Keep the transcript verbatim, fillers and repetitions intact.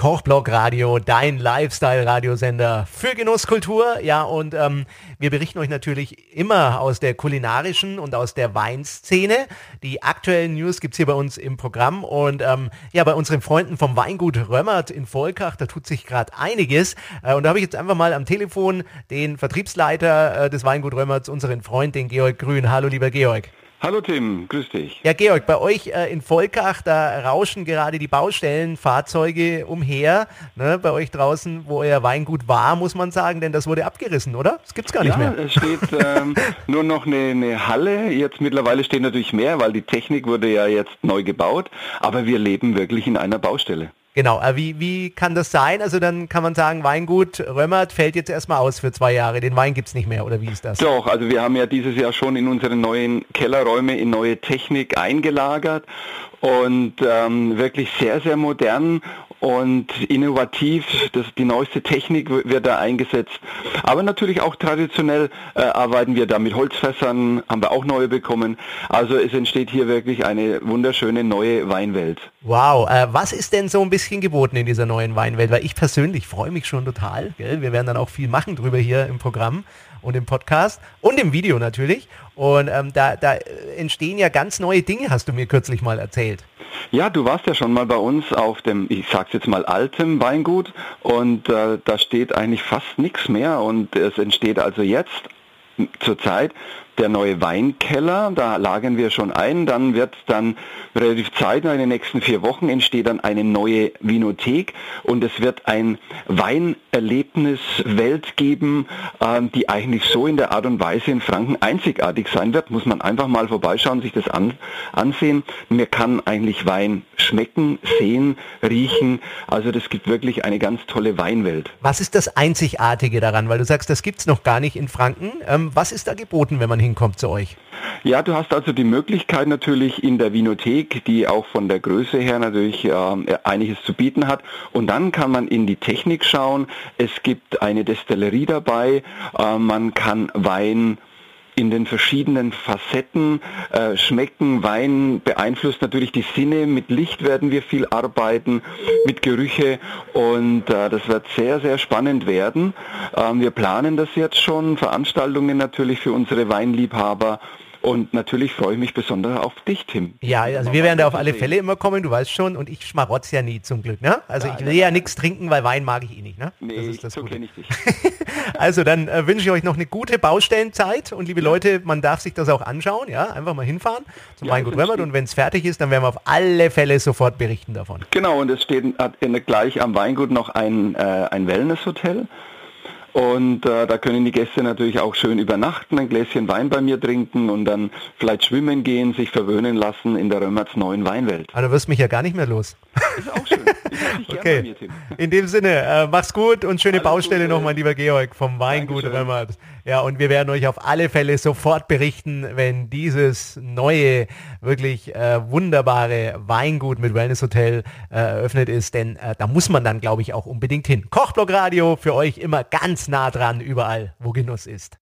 Kochblock Radio, dein Lifestyle-Radiosender für Genusskultur. Ja, und ähm, wir berichten euch natürlich immer aus der kulinarischen und aus der Weinszene. Die aktuellen News gibt's hier bei uns im Programm. Und ähm, ja, bei unseren Freunden vom Weingut Römert in Volkach, da tut sich gerade einiges. Äh, und da habe ich jetzt einfach mal am Telefon den Vertriebsleiter äh, des Weingut Römerts, unseren Freund, den Georg Grün. Hallo, lieber Georg. Hallo Tim, grüß dich. Ja, Georg, bei euch äh, in Volkach, da rauschen gerade die Baustellenfahrzeuge umher. Ne? Bei euch draußen, wo euer Weingut war, muss man sagen, denn das wurde abgerissen, oder? Das gibt's gar nicht ja, mehr. Ja, es steht ähm, nur noch eine, eine Halle. Jetzt mittlerweile steht natürlich mehr, weil die Technik wurde ja jetzt neu gebaut. Aber wir leben wirklich in einer Baustelle. Genau, äh, wie, wie kann das sein? Also dann kann man sagen, Weingut Römert fällt jetzt erstmal aus für zwei Jahre. Den Wein gibt's nicht mehr, oder wie ist das? Doch, also wir haben ja dieses Jahr schon in unsere neuen Kellerräume in neue Technik eingelagert und ähm, wirklich sehr, sehr modern und innovativ. Das, die neueste Technik wird da eingesetzt. Aber natürlich auch traditionell äh, arbeiten wir da mit Holzfässern, haben wir auch neue bekommen. Also es entsteht hier wirklich eine wunderschöne neue Weinwelt. Wow, äh, was ist denn so ein bisschen geboten in dieser neuen Weinwelt? Weil ich persönlich freue mich schon total. Gell? Wir werden dann auch viel machen drüber hier im Programm und im Podcast und im Video natürlich. Und ähm, da, da entstehen ja ganz neue Dinge, hast du mir kürzlich mal erzählt. Ja, du warst ja schon mal bei uns auf dem, ich sag's jetzt mal, altem Weingut und äh, da steht eigentlich fast nichts mehr und es entsteht also jetzt zurzeit der neue Weinkeller, da lagern wir schon ein, dann wird dann relativ zeitnah in den nächsten vier Wochen entsteht dann eine neue Vinothek und es wird ein Weinerlebniswelt geben, ähm, die eigentlich so in der Art und Weise in Franken einzigartig sein wird, muss man einfach mal vorbeischauen, sich das an, ansehen. Man kann eigentlich Wein schmecken, sehen, riechen, also das gibt wirklich eine ganz tolle Weinwelt. Was ist das Einzigartige daran, weil du sagst, das gibt's noch gar nicht in Franken, ähm, was ist da geboten, wenn man hinkommt zu euch? Ja, du hast also die Möglichkeit natürlich in der Vinothek, die auch von der Größe her natürlich äh, einiges zu bieten hat. Und dann kann man in die Technik schauen. Es gibt eine Destillerie dabei. Äh, man kann Wein in den verschiedenen Facetten äh, schmecken. Wein beeinflusst natürlich die Sinne. Mit Licht werden wir viel arbeiten, mit Gerüche und äh, das wird sehr, sehr spannend werden. Ähm, wir planen das jetzt schon, Veranstaltungen natürlich für unsere Weinliebhaber. Und natürlich freue ich mich besonders auf dich, Tim. Ja, also wir werden da auf alle Fälle immer kommen, du weißt schon, und ich schmarotz ja nie zum Glück, ne? Also ich will ja nichts trinken, weil Wein mag ich eh nicht, ne? Nee, das ist das so Gute. kenne ich dich. Also dann äh, wünsche ich euch noch eine gute Baustellenzeit und liebe Leute, man darf sich das auch anschauen, ja? Einfach mal hinfahren zum Ja, Weingut Römert und wenn es fertig ist, dann werden wir auf alle Fälle sofort berichten davon. Genau, und es steht gleich am Weingut noch ein, äh, ein Wellnesshotel. Und äh, da können die Gäste natürlich auch schön übernachten, ein Gläschen Wein bei mir trinken und dann vielleicht schwimmen gehen, sich verwöhnen lassen in der Römerts neuen Weinwelt. Aber du wirst mich ja gar nicht mehr los. Ist auch schön. Ich hab dich Okay. gern bei mir, Tim. In dem Sinne, äh, mach's gut und schöne Alles Baustelle Gute. noch, mein lieber Georg vom Weingut Dankeschön. Römert. Ja, und wir werden euch auf alle Fälle sofort berichten, wenn dieses neue, wirklich äh, wunderbare Weingut mit Wellnesshotel äh, eröffnet ist, denn äh, da muss man dann, glaube ich, auch unbedingt hin. Kochblock Radio für euch immer ganz nah dran, überall, wo Genuss ist.